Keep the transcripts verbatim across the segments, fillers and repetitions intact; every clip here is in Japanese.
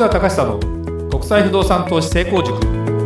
川隆久の国際不動産投資成功塾。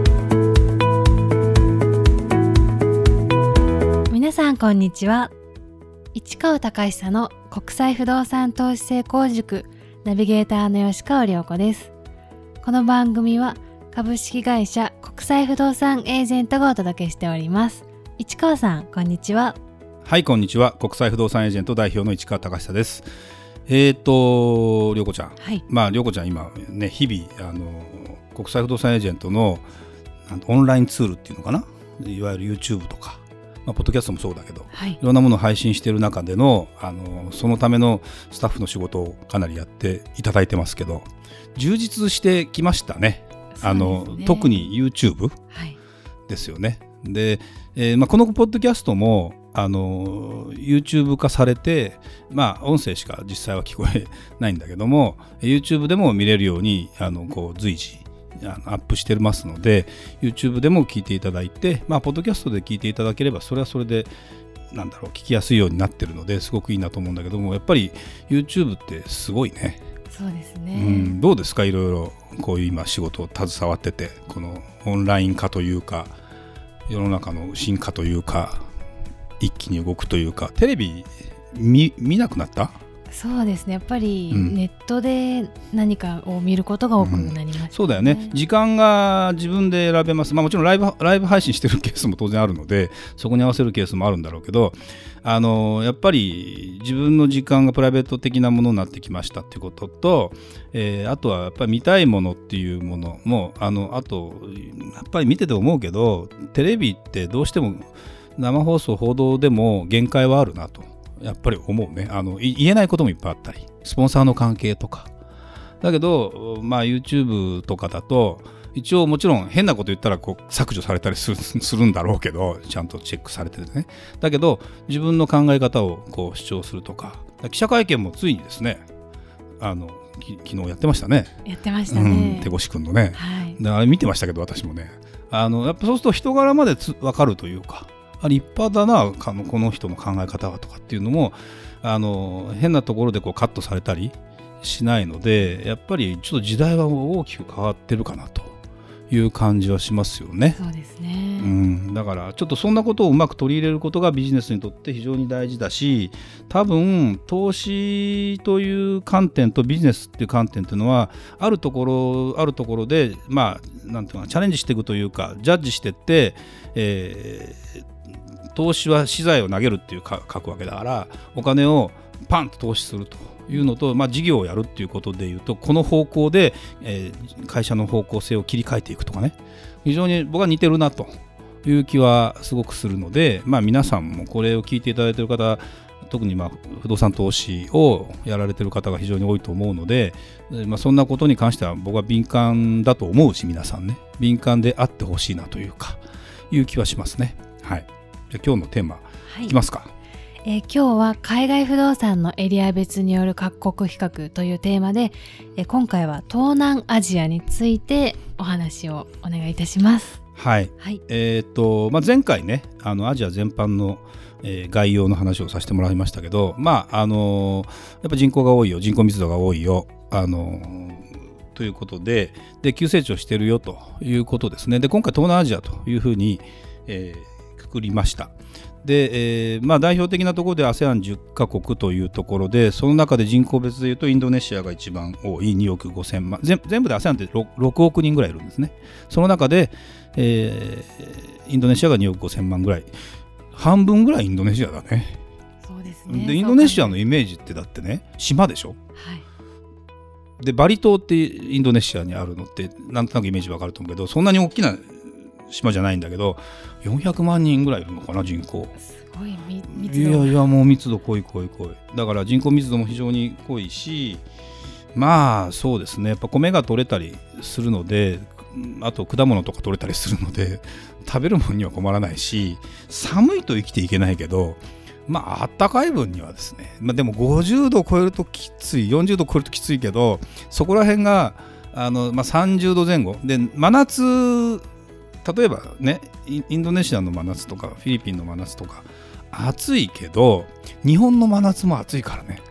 皆さんこんにちは。市川隆久の国際不動産投資成功塾ナビゲーターの吉川良子です。この番組は株式会社国際不動産エージェントがお届けしております。市川さんこんにちは。 はい、こんにちは。国際不動産エージェント代表の市川隆久です。えーと良子ちゃん、 はい、 まあ良子ちゃん今ね日々あの国際不動産エージェントのオンラインツールっていうのかな、いわゆる YouTube とか、まあ、ポッドキャストもそうだけど、はい、いろんなものを配信している中での、あのそのためのスタッフの仕事をかなりやっていただいてますけど、充実してきましたね。あの特に YouTube ですよね。はい、で、えーまあ、このポッドキャストもあの YouTube 化されて、まあ、音声しか実際は聞こえないんだけども YouTube でも見れるようにあのこう随時あのアップしてますので YouTube でも聞いていただいて、まあ、ポッドキャストで聞いていただければそれはそれでなんだろう聞きやすいようになってるのですごくいいなと思うんだけども、やっぱり YouTube ってすごいね。 そうですね、 うん、どうですか、いろいろこういう今仕事を携わってて、このオンライン化というか世の中の進化というか一気に動くというか、テレビ 見, 見なくなった？ そうですね、やっぱりネットで何かを見ることが多くなりましたね。うん、 そうだよね。時間が自分で選べます。まあ、もちろんライブ、ライブ配信してるケースも当然あるのでそこに合わせるケースもあるんだろうけど、あのやっぱり自分の時間がプライベート的なものになってきましたっていうことと、えー、あとはやっぱり見たいものっていうものも あのあとやっぱり見てて思うけど、テレビってどうしても生放送報道でも限界はあるなとやっぱり思うね。あの言えないこともいっぱいあったり、スポンサーの関係とかだけど、まあ、YouTube とかだと一応もちろん変なこと言ったらこう削除されたりす る, するんだろうけど、ちゃんとチェックされててね。だけど自分の考え方をこう主張するとか、記者会見もついにですね、あのき昨日やってましたね。 やってましたね、 うん、手越くんのね、 はい、 であれ見てましたけど私もね、あのやっぱそうすると人柄までつ分かるというか、立派だなこの人の考え方はとかっていうのもあの変なところでこうカットされたりしないので、やっぱりちょっと時代は大きく変わってるかなという感じはしますよね。 そうですね、 うん、だからちょっとそんなことをうまく取り入れることがビジネスにとって非常に大事だし、多分投資という観点とビジネスっていう観点っていうのはあるところあるところで、まあなんていうかチャレンジしていくというかジャッジしていって、えー投資は資材を投げるっていうか書くわけだから、お金をパンと投資するというのと、まあ、事業をやるっていうことでいうとこの方向で、えー、会社の方向性を切り替えていくとかね、非常に僕は似てるなという気はすごくするので、まあ、皆さんもこれを聞いていただいている方、特にまあ不動産投資をやられている方が非常に多いと思うので、まあ、そんなことに関しては僕は敏感だと思うし、皆さんね敏感であってほしいなというかいう気はしますね。はい、じゃあ今日のテーマ、はい、いきますか。 えー、今日は海外不動産のエリア別による各国比較というテーマで、えー、今回は東南アジアについてお話をお願いいたします。 はい、はい、えーとまあ、前回ねあのアジア全般の、えー、概要の話をさせてもらいましたけど、まああのー、やっぱ人口が多いよ、人口密度が多いよ、あのー、ということで、で急成長してるよということですね。で今回東南アジアというふうに、えー作りました。で、えーまあ、代表的なところで アセアンじゅっ カ国というところで、その中で人口別でいうとインドネシアが一番多いにおくごせんまん、全部で アセアン って 6, ろくおくにんぐらいいるんですね。その中で、えー、インドネシアがにおくごせんまんぐらい、半分ぐらいインドネシアだね。 そうですね。 でインドネシアのイメージってだってね島でしょ。はい、でバリ島ってインドネシアにあるのってなんとなくイメージわかると思うけど、そんなに大きな島じゃないんだけどよんひゃくまんにんぐらいいるのかな、人口。 すごい密度。 いやいやもう密度濃い濃い濃い。だから人口密度も非常に濃いし、まあそうですね、やっぱ米が取れたりするので、あと果物とか取れたりするので食べるものには困らないし、寒いと生きていけないけど、まあ暖かい分にはですね、まあ、でもごじゅうどを超えるときつい、よんじゅうどを超えるときついけど、そこら辺があの、まあ、さんじゅうどぜん後で、真夏例えばねインドネシアの真夏とかフィリピンの真夏とか暑いけど、日本の真夏も暑いからね。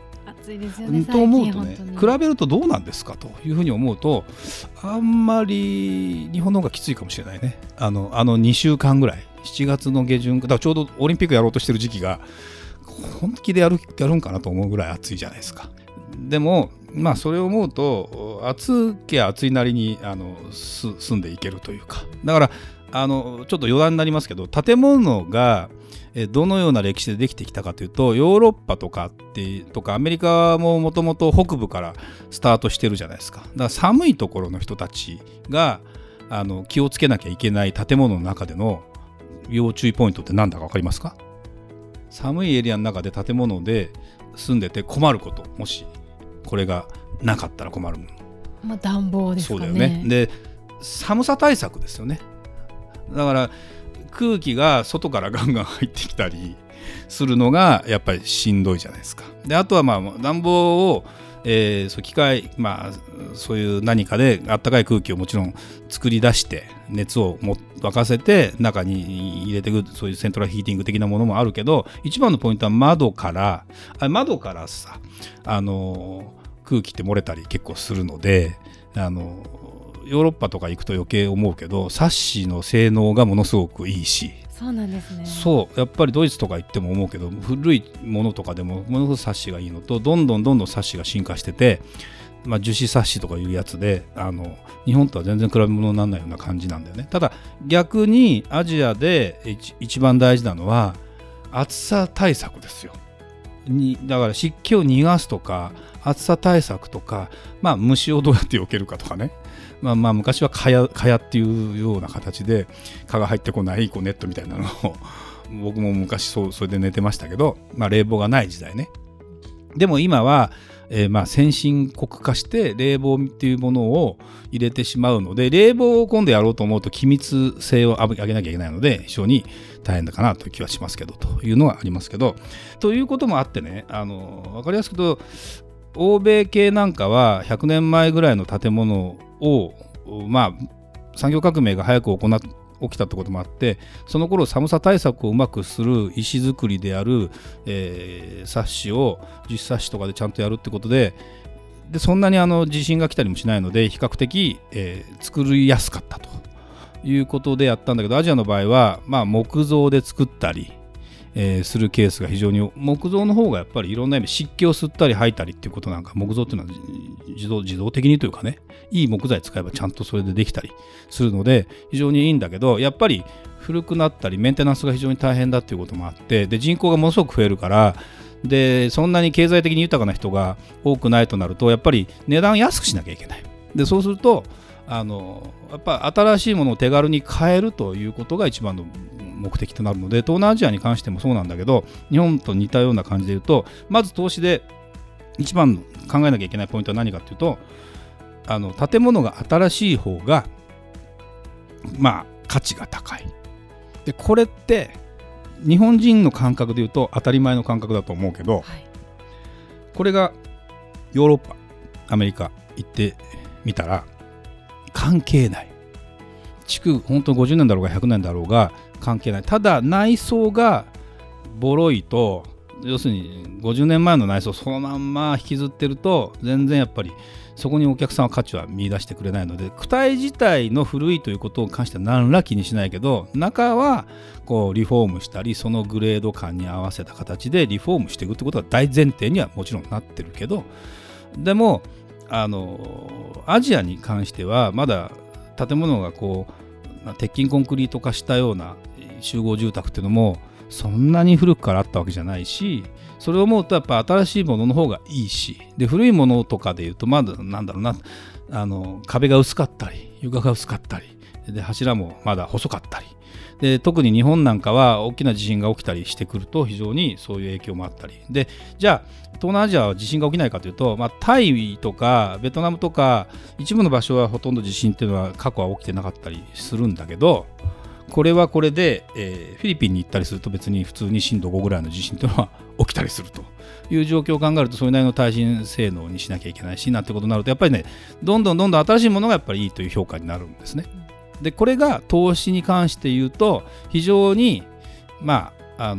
暑いですよねと思うとね、 最近比べるとどうなんですかというふうに思うと、あんまり日本の方がきついかもしれないね。あのあのにしゅうかんぐらい、しちがつの下旬だからちょうどオリンピックやろうとしてる時期が本気でやるやるんかなと思うぐらい暑いじゃないですか。でもまあそれを思うと、暑け暑いなりにあのす住んでいけるというか、だからあのちょっと余談になりますけど、建物がどのような歴史でできてきたかというと、ヨーロッパとかってとかアメリカももともと北部からスタートしてるじゃないですか。だから寒いところの人たちがあの気をつけなきゃいけない建物の中での要注意ポイントって何だか分かりますか？寒いエリアの中で建物で住んでて困ること、もしこれがなかったら困るもの、 まあ、暖房ですかね。 そうだよね。で寒さ対策ですよね。だから空気が外からガンガン入ってきたりするのがやっぱりしんどいじゃないですか。であとはまあ暖房を、えー、そう機械、まあ、そういう何かであったかい空気をもちろん作り出して熱をも沸かせて中に入れていく、そういうセントラルヒーティング的なものもあるけど、一番のポイントは窓からあ窓からさあの空気って漏れたり結構するので、あのヨーロッパとか行くと余計思うけど、サッシの性能がものすごくいいし。 そうなんですね。 そうやっぱりドイツとか行っても思うけど、古いものとかでもものすごくサッシがいいのと、どんどんどんどんサッシが進化してて、まあ、樹脂サッシとかいうやつであの日本とは全然比べ物にならないような感じなんだよね。ただ逆にアジアで一, 一番大事なのは暑さ対策ですよ。にだから湿気を逃がすとか暑さ対策とか、まあ、虫をどうやって避けるかとかね、まあ、まあ昔は蚊帳、蚊帳っていうような形で蚊が入ってこないこうネットみたいなのを僕も昔 そ, それで寝てましたけど、まあ、冷房がない時代ね。でも今は、えー、まあ先進国化して冷房っていうものを入れてしまうので、冷房を今度やろうと思うと気密性を上げなきゃいけないので非常に大変だかなという気はしますけど、というのはありますけど、ということもあってね、あの分かりやすく言うと欧米系なんかはひゃくねんまえぐらいの建物を、まあ、産業革命が早く行っ起きたってこともあって、その頃寒さ対策をうまくする石造りである、えー、サッシを樹脂サッシとかでちゃんとやるってことで、でそんなにあの地震が来たりもしないので比較的、えー、作りやすかったということでやったんだけど、アジアの場合は、まあ、木造で作ったり、えー、するケースが非常に、木造の方がやっぱりいろんな意味湿気を吸ったり吐いたりっていうことなんか、木造っていうのは自動、自動的にというかね、いい木材使えばちゃんとそれでできたりするので非常にいいんだけど、やっぱり古くなったりメンテナンスが非常に大変だっていうこともあって、で人口がものすごく増えるから、でそんなに経済的に豊かな人が多くないとなると、やっぱり値段安くしなきゃいけない。でそうするとあのやっぱ新しいものを手軽に買えるということが一番の目的となるので、東南アジアに関してもそうなんだけど、日本と似たような感じで言うと、まず投資で一番考えなきゃいけないポイントは何かというと、あの建物が新しい方がまあ価値が高い。でこれって日本人の感覚で言うと当たり前の感覚だと思うけど、はい、これがヨーロッパ、アメリカ行ってみたら関係ない。築本当にごじゅうねんだろうがひゃくねんだろうが関係ない。ただ内装がボロいと、要するにごじゅうねんまえの内装そのまんま引きずってると全然やっぱりそこにお客さんは価値は見出してくれないので、躯体自体の古いということに関しては何ら気にしないけど、中はこうリフォームしたり、そのグレード感に合わせた形でリフォームしていくってことが大前提にはもちろんなってるけど、でもあのアジアに関してはまだ建物がこう鉄筋コンクリート化したような集合住宅っていうのもそんなに古くからあったわけじゃないし、それを思うとやっぱ新しいものの方がいいし、で古いものとかでいうとまだなんだろうな、あの壁が薄かったり床が薄かったりで柱もまだ細かったりで、特に日本なんかは大きな地震が起きたりしてくると非常にそういう影響もあったりで、じゃあ東南アジアは地震が起きないかというと、まあ、タイとかベトナムとか一部の場所はほとんど地震っていうのは過去は起きてなかったりするんだけど、これはこれで、えー、フィリピンに行ったりすると別に普通に震度ごぐらいの地震というのは起きたりするという状況を考えると、それなりの耐震性能にしなきゃいけないしなんてことになると、やっぱりねどんどんどんどん新しいものがやっぱりいいという評価になるんですね。でこれが投資に関して言うと非常にまああの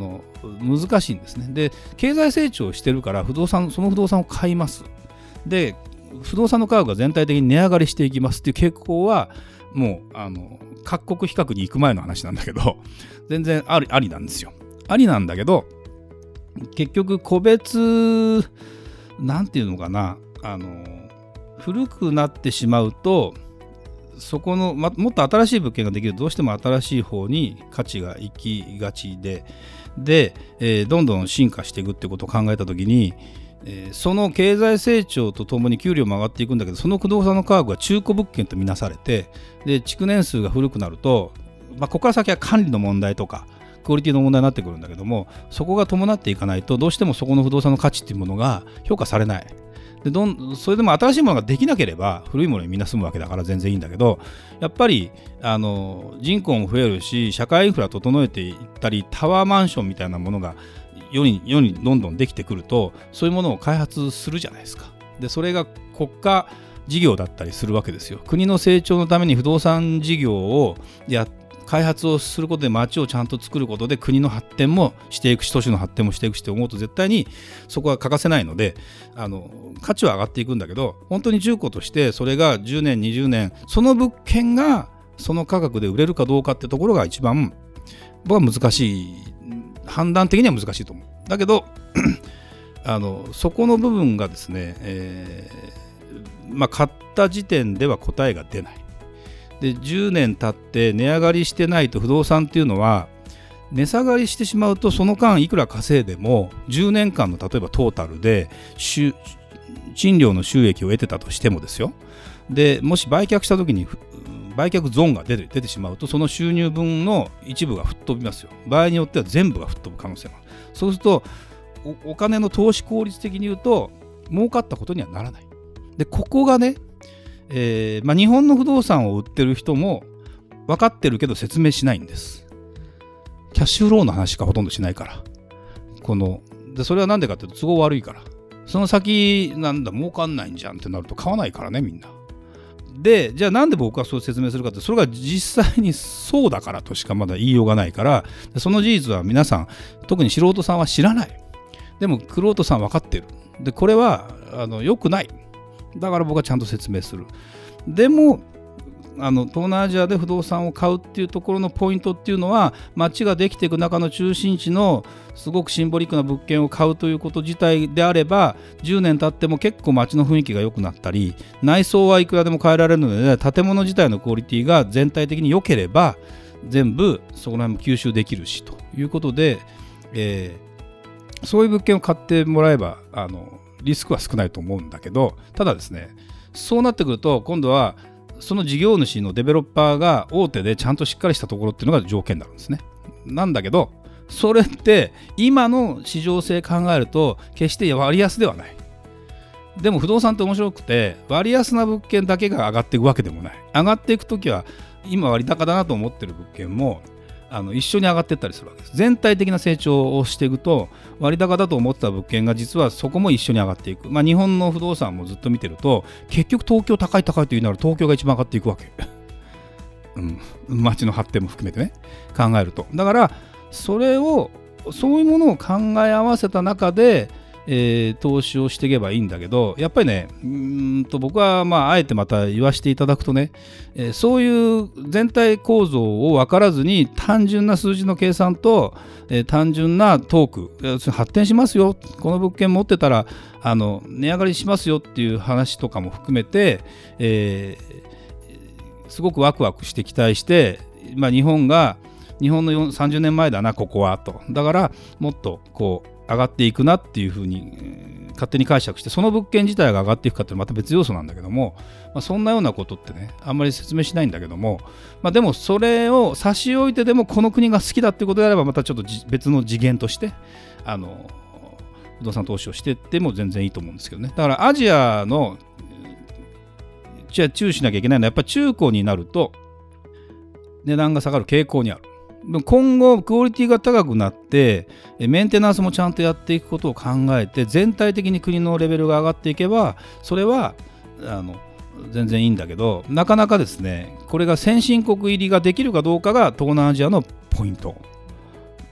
難しいんですね。で経済成長してるから不動産その不動産を買います。で不動産の価格が全体的に値上がりしていきますっていう傾向はもうあの各国比較に行く前の話なんだけど全然あり、ありなんですよ。ありなんだけど結局個別なんていうのかなあの古くなってしまうとそこの、ま、もっと新しい物件ができるとどうしても新しい方に価値が行きがちでで、えー、どんどん進化していくってことを考えたときに、えー、その経済成長とともに給料も上がっていくんだけどその不動産の価格が中古物件とみなされてで築年数が古くなると、まあ、ここから先は管理の問題とかクオリティの問題になってくるんだけどもそこが伴っていかないとどうしてもそこの不動産の価値っていうものが評価されない。でどんそれでも新しいものができなければ古いものにみんな住むわけだから全然いいんだけどやっぱりあの人口も増えるし社会インフラ整えていったりタワーマンションみたいなものが世に世にどんどんできてくるとそういうものを開発するじゃないですか。でそれが国家事業だったりするわけですよ。国の成長のために不動産事業をやって開発をすることで街をちゃんと作ることで国の発展もしていくし都市の発展もしていくしと思うと絶対にそこは欠かせないのであの価値は上がっていくんだけど本当に中古としてそれがじゅうねんにじゅうねんその物件がその価格で売れるかどうかってところが一番僕は難しい判断的には難しいと思う。だけどあのそこの部分がですね、えーまあ、買った時点では答えが出ない。でじゅうねん経って値上がりしてないと不動産っていうのは値下がりしてしまうとその間いくら稼いでもじゅうねんかんの例えばトータルで賃料の収益を得てたとしてもですよでもし売却した時に売却ゾーンが出て、出てしまうとその収入分の一部が吹っ飛びますよ。場合によっては全部が吹っ飛ぶ可能性もある。そうすると お, お金の投資効率的に言うと儲かったことにはならない。でここがねえーまあ、日本の不動産を売ってる人も分かってるけど説明しないんです。キャッシュフローの話しかほとんどしないからこのでそれはなんでかっていうと都合悪いからその先なんだ儲かんないんじゃんってなると買わないからねみんな。でじゃあなんで僕はそう説明するかってそれが実際にそうだからとしかまだ言いようがないからその事実は皆さん特に素人さんは知らない。でも玄人さん分かってる。でこれはあの良くない。だから僕はちゃんと説明する。でもあの東南アジアで不動産を買うっていうところのポイントっていうのは街ができていく中の中心地のすごくシンボリックな物件を買うということ自体であればじゅうねん経っても結構街の雰囲気が良くなったり内装はいくらでも変えられるので、ね、建物自体のクオリティが全体的に良ければ全部そこら辺も吸収できるしということで、えー、そういう物件を買ってもらえばあのリスクは少ないと思うんだけどただですねそうなってくると今度はその事業主のデベロッパーが大手でちゃんとしっかりしたところっていうのが条件になるんですね。なんだけどそれって今の市場性考えると決して割安ではない。でも不動産って面白くて割安な物件だけが上がっていくわけでもない。上がっていくときは今割高だなと思ってる物件もあの一緒に上がっていったりするわけです。全体的な成長をしていくと割高だと思ってた物件が実はそこも一緒に上がっていく。まあ日本の不動産もずっと見てると結局東京高い高いと言いながら東京が一番上がっていくわけ、うん、街の発展も含めてね考えるとだからそれをそういうものを考え合わせた中でえー、投資をしていけばいいんだけどやっぱりねうーんと僕はまああえてまた言わせていただくとね、えー、そういう全体構造を分からずに単純な数字の計算と、えー、単純なトーク発展しますよこの物件持ってたらあの値上がりしますよっていう話とかも含めて、えー、すごくワクワクして期待して、まあ、日本が日本のさんじゅうねんまえだなここはとだからもっとこう上がっていくなっていうふうに、えー、勝手に解釈してその物件自体が上がっていくかってまた別要素なんだけども、まあ、そんなようなことってねあんまり説明しないんだけども、まあ、でもそれを差し置いてでもこの国が好きだってことであればまたちょっと別の次元としてあの不動産投資をしていっても全然いいと思うんですけどね。だからアジアのじゃあ注意しなきゃいけないのはやっぱり中古になると値段が下がる傾向にある。今後クオリティが高くなってメンテナンスもちゃんとやっていくことを考えて全体的に国のレベルが上がっていけばそれはあの全然いいんだけどなかなかですねこれが先進国入りができるかどうかが東南アジアのポイント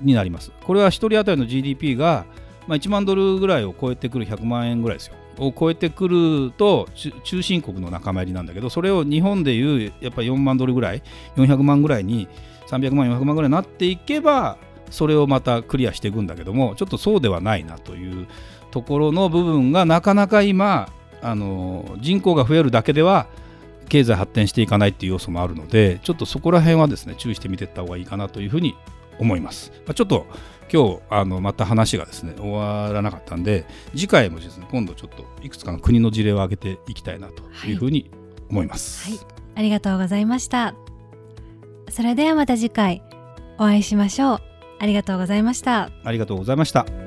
になります。これはひとり当たりの ジーディーピー が、まあ、いちまんドルぐらいを超えてくるひゃくまんえんぐらいですよを超えてくると中心国の仲間入りなんだけど、それを日本でいうやっぱりよんまんドルぐらいよんひゃくまんぐらいにさんびゃくまんよんひゃくまんぐらいになっていけばそれをまたクリアしていくんだけども、ちょっとそうではないなというところの部分がなかなか今あの人口が増えるだけでは経済発展していかないっていう要素もあるので、ちょっとそこら辺はですね注意して見ていった方がいいかなというふうに思います。まあ、ちょっと今日あのまた話がですね終わらなかったんで、次回もですね今度ちょっといくつかの国の事例を挙げていきたいなというふうに思います。 はい、はい、ありがとうございました。それではまた次回お会いしましょう。ありがとうございました。 ありがとうございました。